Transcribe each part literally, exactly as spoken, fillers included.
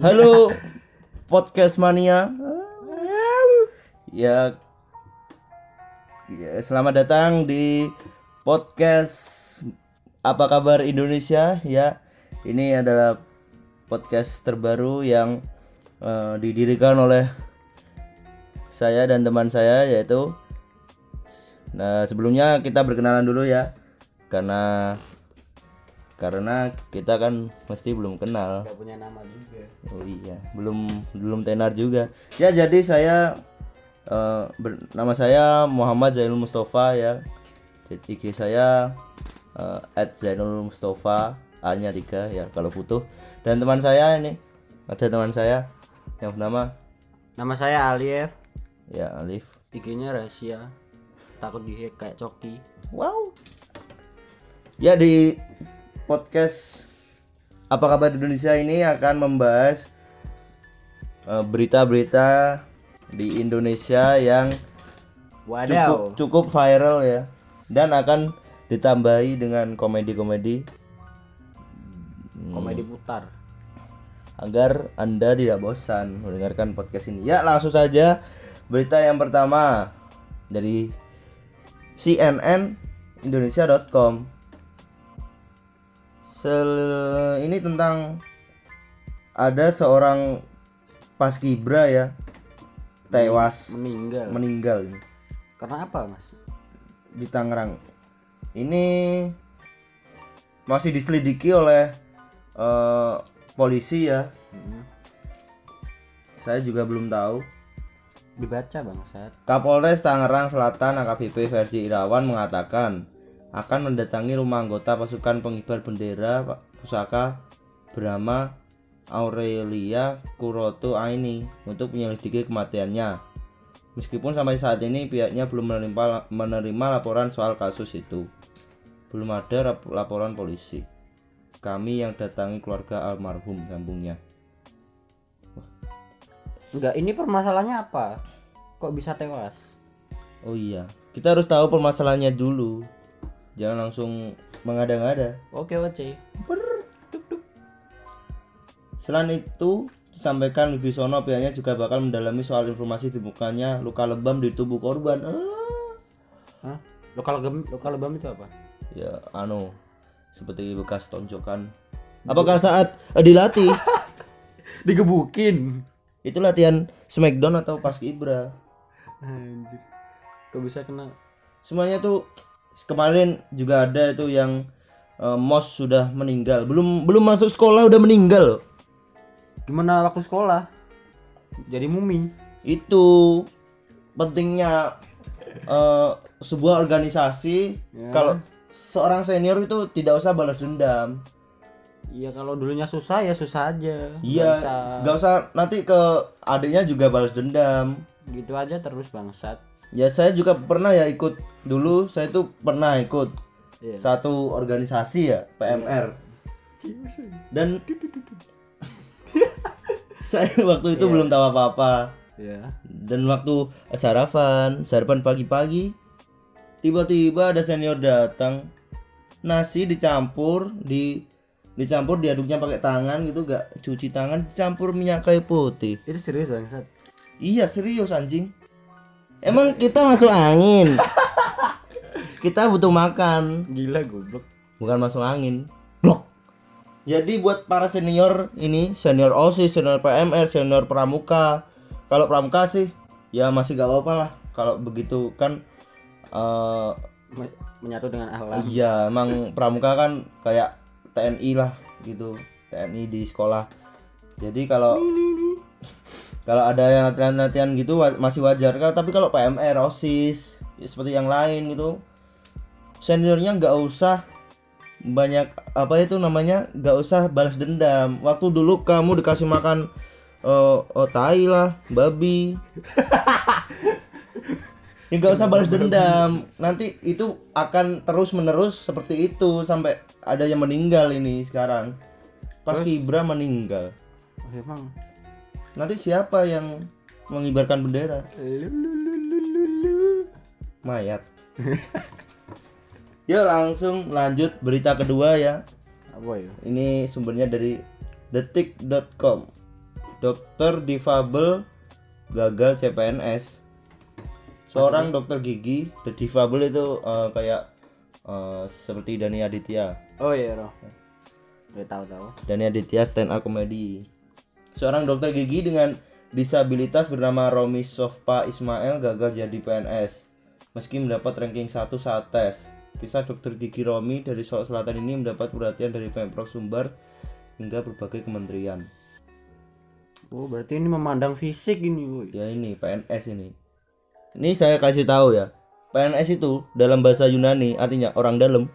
Halo podcast mania. Ya, ya selamat datang di podcast Apa Kabar Indonesia ya. Ini adalah podcast terbaru yang uh, didirikan oleh saya dan teman saya yaitu. Nah, sebelumnya kita berkenalan dulu ya. Karena karena kita kan mesti belum kenal. Gak punya nama juga. Oh iya, belum belum tenar juga. Ya jadi saya uh, ber, nama saya Muhammad Zainul Mustafa ya. Jadi I G saya uh, at zainul mustafa A-nya tiga ya kalau butuh. Dan teman saya ini ada teman saya yang bernama Nama saya Alif. ya Alif. I G-nya rahasia. Takut di-hack kayak Coki. Wow. Ya di podcast Apa Kabar Indonesia ini akan membahas uh, berita-berita di Indonesia yang Wadaw. cukup cukup viral ya, dan akan ditambahi dengan komedi-komedi Komedi putar. agar Anda tidak bosan mendengarkan podcast ini. Ya, langsung saja berita yang pertama dari C N N Indonesia dot com. Sel- ini tentang ada seorang paskibra ya tewas Meninggal. meninggal ini Karena apa, Mas? di Tangerang. Ini masih diselidiki oleh uh, polisi ya. Hmm. Saya juga belum tahu. Dibaca bangsat. Kapolres Tangerang Selatan A K B P Ferdi Irawan mengatakan akan mendatangi rumah anggota pasukan pengibar bendera pusaka Brahma Aurelia Kuroto Aini untuk menyelidiki kematiannya. Meskipun sampai saat ini pihaknya belum menerima, menerima laporan soal kasus itu. Belum ada rap- laporan polisi. Kami yang datangi keluarga almarhum, sambungnya. Enggak, ini permasalahannya apa? Kok bisa tewas? Oh iya, kita harus tahu permasalahannya dulu. Jangan langsung mengada-ngada. Oke, oke. Selain itu, disampaikan Wibisono pihaknya juga bakal mendalami soal informasi ditemukannya luka lebam di tubuh korban. Ah. Hah? Lokal lebam, lokal lebam itu apa? Ya, anu, seperti bekas tonjokan. Apakah saat eh, dilatih? Digebukin. Itu latihan Smackdown atau Paskibra? Anjir. Kok bisa kena? Semuanya tuh kemarin juga ada itu yang uh, Mos sudah meninggal. Belum belum masuk sekolah udah meninggal loh. Gimana waktu sekolah? Jadi mumi. Itu pentingnya uh, sebuah organisasi. Ya. Kalau seorang senior itu tidak usah balas dendam. Iya, kalau dulunya susah ya susah aja. Iya, Nggak usah nggak usah nanti ke adiknya juga balas dendam. gitu aja terus bangsat. Ya saya juga pernah ya ikut dulu. Saya tuh pernah ikut Iya. satu organisasi ya P M R. Dan saya waktu itu Iya. belum tahu apa-apa. Ya. Dan waktu sarapan, sarapan pagi-pagi, tiba-tiba ada senior datang, nasi dicampur, di dicampur diaduknya pakai tangan gitu, gak cuci tangan, dicampur minyak kayu putih. Itu serius bangsat. Iya serius anjing. Emang kita masuk angin. Kita butuh makan, Gila goblok. bukan masuk angin. Blok. Jadi buat para senior ini, senior OSIS, senior P M R, senior pramuka. Kalau pramuka sih ya masih gak apa-apa lah. Kalau begitu kan uh, Me- menyatu dengan alam. iya, emang pramuka kan kayak T N I lah gitu. T N I di sekolah. Jadi kalau kalau ada yang latihan-latihan gitu wa- masih wajar kan, tapi kalau P M R, OSIS ya seperti yang lain gitu, seniornya nggak usah banyak apa itu namanya, nggak usah balas dendam. Waktu dulu kamu dikasih makan uh, oh, tai lah, babi. Ya nggak usah balas dendam. Nanti itu akan terus menerus seperti itu sampai ada yang meninggal ini sekarang. Paskibra meninggal. Oh, emang. Nanti siapa yang mengibarkan bendera? Mayat. Yuk langsung lanjut berita kedua ya. Apa ya? Ini sumbernya dari detik dot com. dokter difabel gagal C P N S. Seorang dokter gigi, the difabel itu uh, kayak uh, seperti Dani Aditya. Oh iya, Roh. Ya tahu tahu. Dani Aditya stand up comedy. Seorang dokter gigi dengan disabilitas bernama Romi Sofpa Ismail gagal jadi P N S meski mendapat ranking satu saat tes. Kisah dokter gigi Romi dari Sulawesi Selatan ini mendapat perhatian dari Pemprov Sumbar hingga berbagai kementerian. Oh, berarti ini memandang fisik ini, woy. Ya ini P N S ini. Ini saya kasih tahu ya. P N S itu dalam bahasa Yunani artinya orang dalam.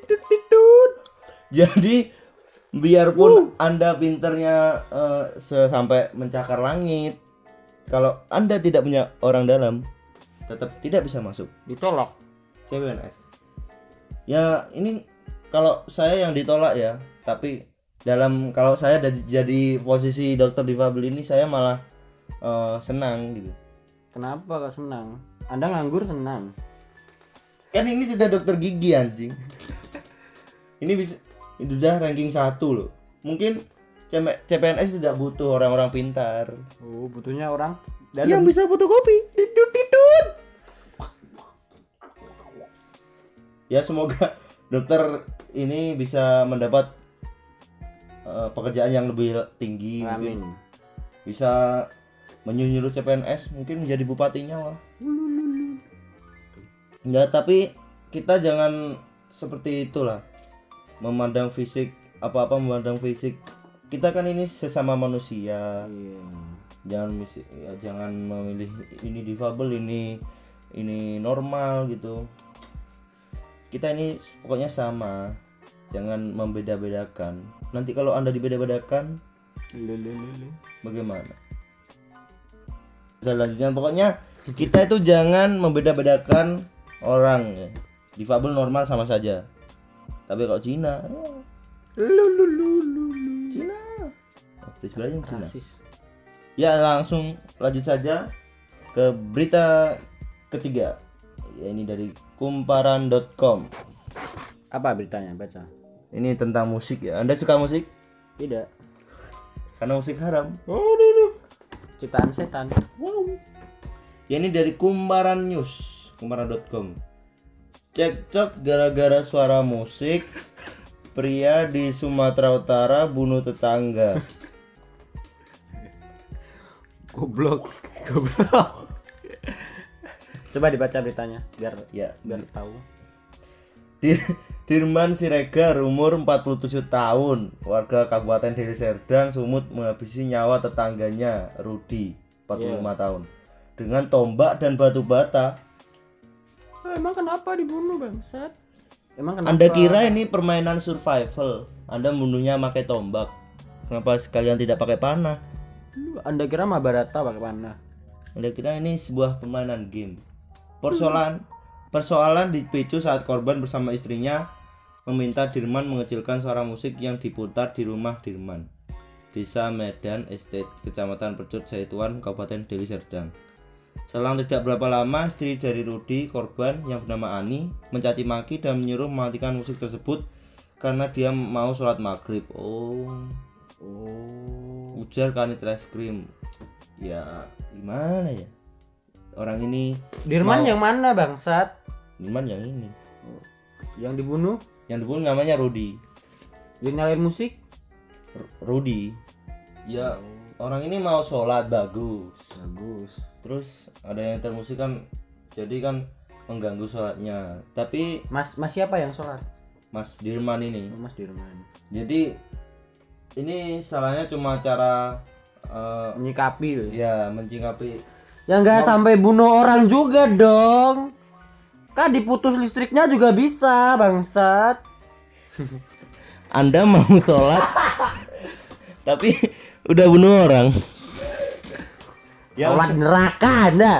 Jadi biarpun uh. Anda pinternya uh, sampai mencakar langit, kalau Anda tidak punya orang dalam, tetap tidak bisa masuk. Ditolak C P N S. Ya ini kalau saya yang ditolak ya, tapi dalam kalau saya jadi, jadi posisi dokter difabel ini saya malah uh, senang gitu. Kenapa kok senang? Anda nganggur senang. Kan ini sudah dokter gigi anjing. Ini bisa ini udah ranking satu loh. Mungkin C P N S tidak butuh orang-orang pintar. Oh, butuhnya orang dalam. Yang bisa fotokopi. Tidut-tidut. Ya semoga dokter ini bisa mendapat uh, pekerjaan yang lebih tinggi. Amin. Mungkin bisa menyuruh C P N S mungkin menjadi bupatinya wah. Ya tapi kita jangan seperti itulah. Memandang fisik apa-apa memandang fisik. Kita kan ini sesama manusia. Yeah. Jangan ya, jangan memilih ini difabel ini ini normal gitu. Kita ini pokoknya sama. Jangan membeda-bedakan. Nanti kalau Anda dibeda-bedakan bagaimana? Selanjutnya pokoknya kita itu jangan membeda-bedakan orang ya. Difabel normal sama saja. Tapi kalau Cina ya. Cina oh, sebenarnya Cina. Ya langsung lanjut saja ke berita ketiga. Ya ini dari kumparan dot com. Apa beritanya? Baca. Ini tentang musik ya. Anda suka musik? Tidak. Karena musik haram. Oh, no, no. Ciptaan setan. Wow. Ya ini dari Kumparan News, kumparan dot com. Cekcok gara-gara suara musik. Pria di Sumatera Utara bunuh tetangga. Goblok. Goblok. Coba dibaca beritanya biar ya, biar tahu. Dirman Siregar umur empat puluh tujuh tahun, warga Kabupaten Deli Serdang Sumut menghabisi nyawa tetangganya Rudi empat puluh lima yeah. tahun dengan tombak dan batu bata. Emang kenapa dibunuh bangsat? Emang kenapa? Anda kira ini permainan survival? Anda membunuhnya pakai tombak. Kenapa sekalian tidak pakai panah? Anda kira Mahabharata pakai panah? Anda kira ini sebuah permainan game. Persoalan persoalan dipicu saat korban bersama istrinya meminta Dirman mengecilkan suara musik yang diputar di rumah Dirman, Desa Medan Estate, Kecamatan Percut Saituan, Kabupaten Deli Serdang. Selang tidak berapa lama, istri dari Rudi, korban yang bernama Ani, mencaci maki dan menyuruh mematikan musik tersebut karena dia mau sholat maghrib. Oh, oh, ujar Kanit Reskrim. Ya, gimana ya? Orang ini Dirman mau... yang mana bangsat? Dirman yang ini. Yang dibunuh? Yang dibunuh namanya Rudi. Yang nyalain musik? R- Rudi. Ya, oh. Orang ini mau sholat bagus. Bagus. Terus ada yang termusik kan, jadi kan mengganggu sholatnya. Tapi Mas Mas siapa yang sholat? Mas Dirman ini. Oh, Mas Dirman. Jadi ini salahnya cuma cara uh, menyikapi loh. Ya, menyikapi. Ya nggak sampai bunuh orang juga dong. Kan diputus listriknya juga bisa, bangsat. Anda mau sholat tapi udah bunuh orang. Sholat ya, neraka Anda.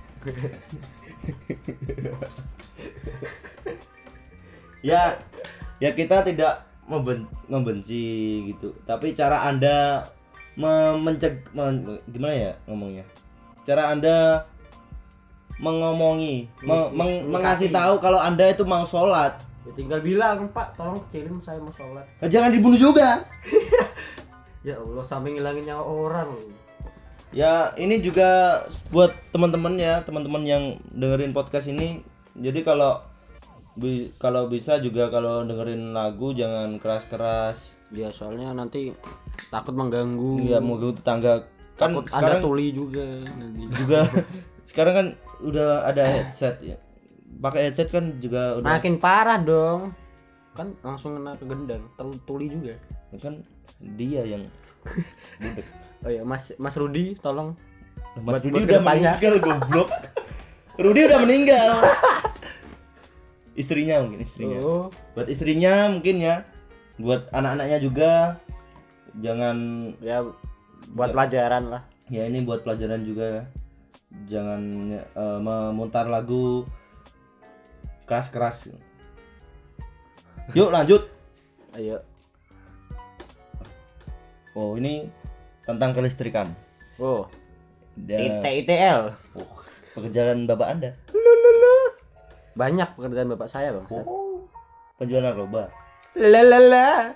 ya, ya kita tidak membenci, membenci gitu. Tapi cara Anda menceg, men, gimana ya ngomongnya? Cara Anda mengomongi, meng, meng, mengasih tahu kalau Anda itu mau sholat. Ya tinggal bilang, Pak, tolong kecilin saya mau sholat. Nah, jangan dibunuh juga. Ya Allah, sampai ngilangin nyawa orang. Ya ini juga buat teman-teman ya, teman-teman yang dengerin podcast ini. Jadi kalau bi- kalau bisa juga kalau dengerin lagu jangan keras-keras. Ya soalnya nanti takut mengganggu. Ya mau tetangga kan Takut sekarang Anda tuli juga nanti. juga sekarang kan udah ada headset ya. Pakai headset kan juga udah Makin parah dong. Kan langsung kena ke gendang, tel- tuli juga. kan dia yang budek. Oh ya, Mas Mas Rudi tolong. Mas Buat- Rudi buat udah kedepannya. meninggal goblok. Rudi udah meninggal. Istrinya mungkin istrinya. Oh. Buat istrinya mungkin ya. Buat anak-anaknya juga jangan Ya buat pelajaran lah. ya ini buat pelajaran juga ya. Jangan eh, memutar lagu keras-keras. Yuk lanjut. Ayo. Oh ini tentang kelistrikan. Oh. Dan I T L. oh, pekerjaan bapak Anda. Banyak pekerjaan bapak saya, Bang. Set. Oh, penjual narkoba. Lalala.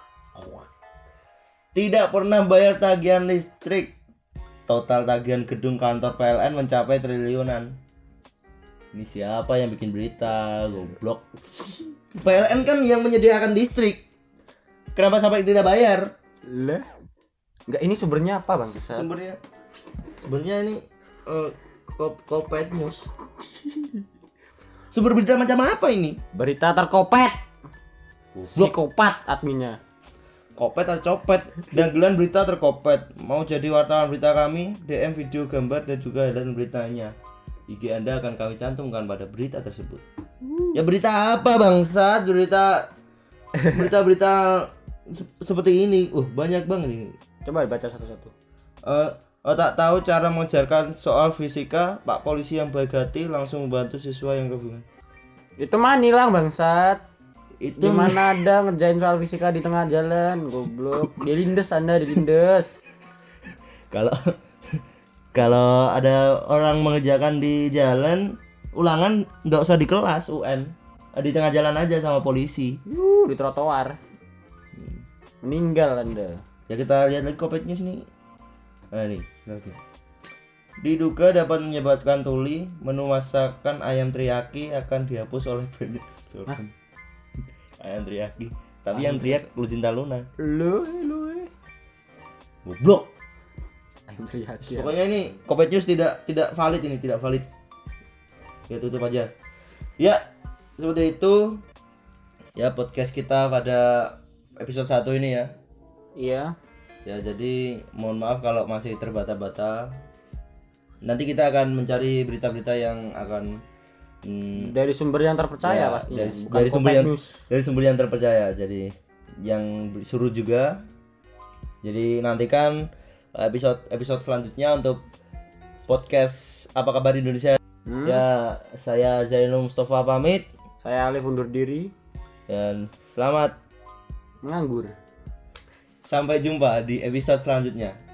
Tidak pernah bayar tagihan listrik. Total tagihan gedung kantor P L N mencapai triliunan. Ini siapa yang bikin berita? Goblok. P L N kan yang menyediakan listrik. Kenapa sampai tidak bayar? Lah. Enggak, ini sumbernya apa, Bang? Set. Sumbernya Sumbernya ini uh, Kop Kopet News. Sumber berita macam apa ini? Berita terkopet. Goblok. Psikopat adminnya. Kopet atau copet? Dagelan berita terkopet. Mau jadi wartawan berita kami? D M video gambar dan juga headline beritanya. I G Anda akan kami cantumkan pada berita tersebut. Ya berita apa bangsat? Berita berita-berita se- seperti ini. Uh, banyak banget ini. Coba baca satu-satu. Eh, oh, tak tahu cara mengajarkan soal fisika, Pak polisi yang baik hati langsung membantu siswa yang kebingungan. Itu mah nilang, bangsat. Itu Gimana ada ngerjain soal fisika di tengah jalan, goblok. Dilindes Anda, dilindes. kalau kalau ada orang mengerjakan di jalan, ulangan nggak usah di kelas U N, di tengah jalan aja sama polisi. Yuh, di trotoar. Meninggal Anda. Ya kita lihat lagi Kopet News nih. Nah nih, lagi. Diduga dapat menyebabkan tuli, menu masakan ayam teriyaki akan dihapus oleh banyak restoran. Ayam teriyaki, tapi yang teriak Lucinta Luna. Lu, lu. Goblok. Ayam teriyaki. Pokoknya ini Kopet News tidak tidak valid ini, tidak valid. Ya tutup aja. Ya, seperti itu. Ya podcast kita pada episode satu ini ya. Iya. Ya jadi mohon maaf kalau masih terbata-bata. Nanti kita akan mencari berita-berita yang akan hmm, Dari sumber yang terpercaya ya, pastinya. dari, Bukan dari sumber Kopet yang News. dari sumber yang terpercaya. Jadi yang suruh juga. Jadi nantikan episode episode selanjutnya untuk podcast Apa Kabar Indonesia. Hmm. Ya saya Zainul Mustafa pamit Saya Alif undur diri. dan selamat Menganggur. sampai jumpa di episode selanjutnya.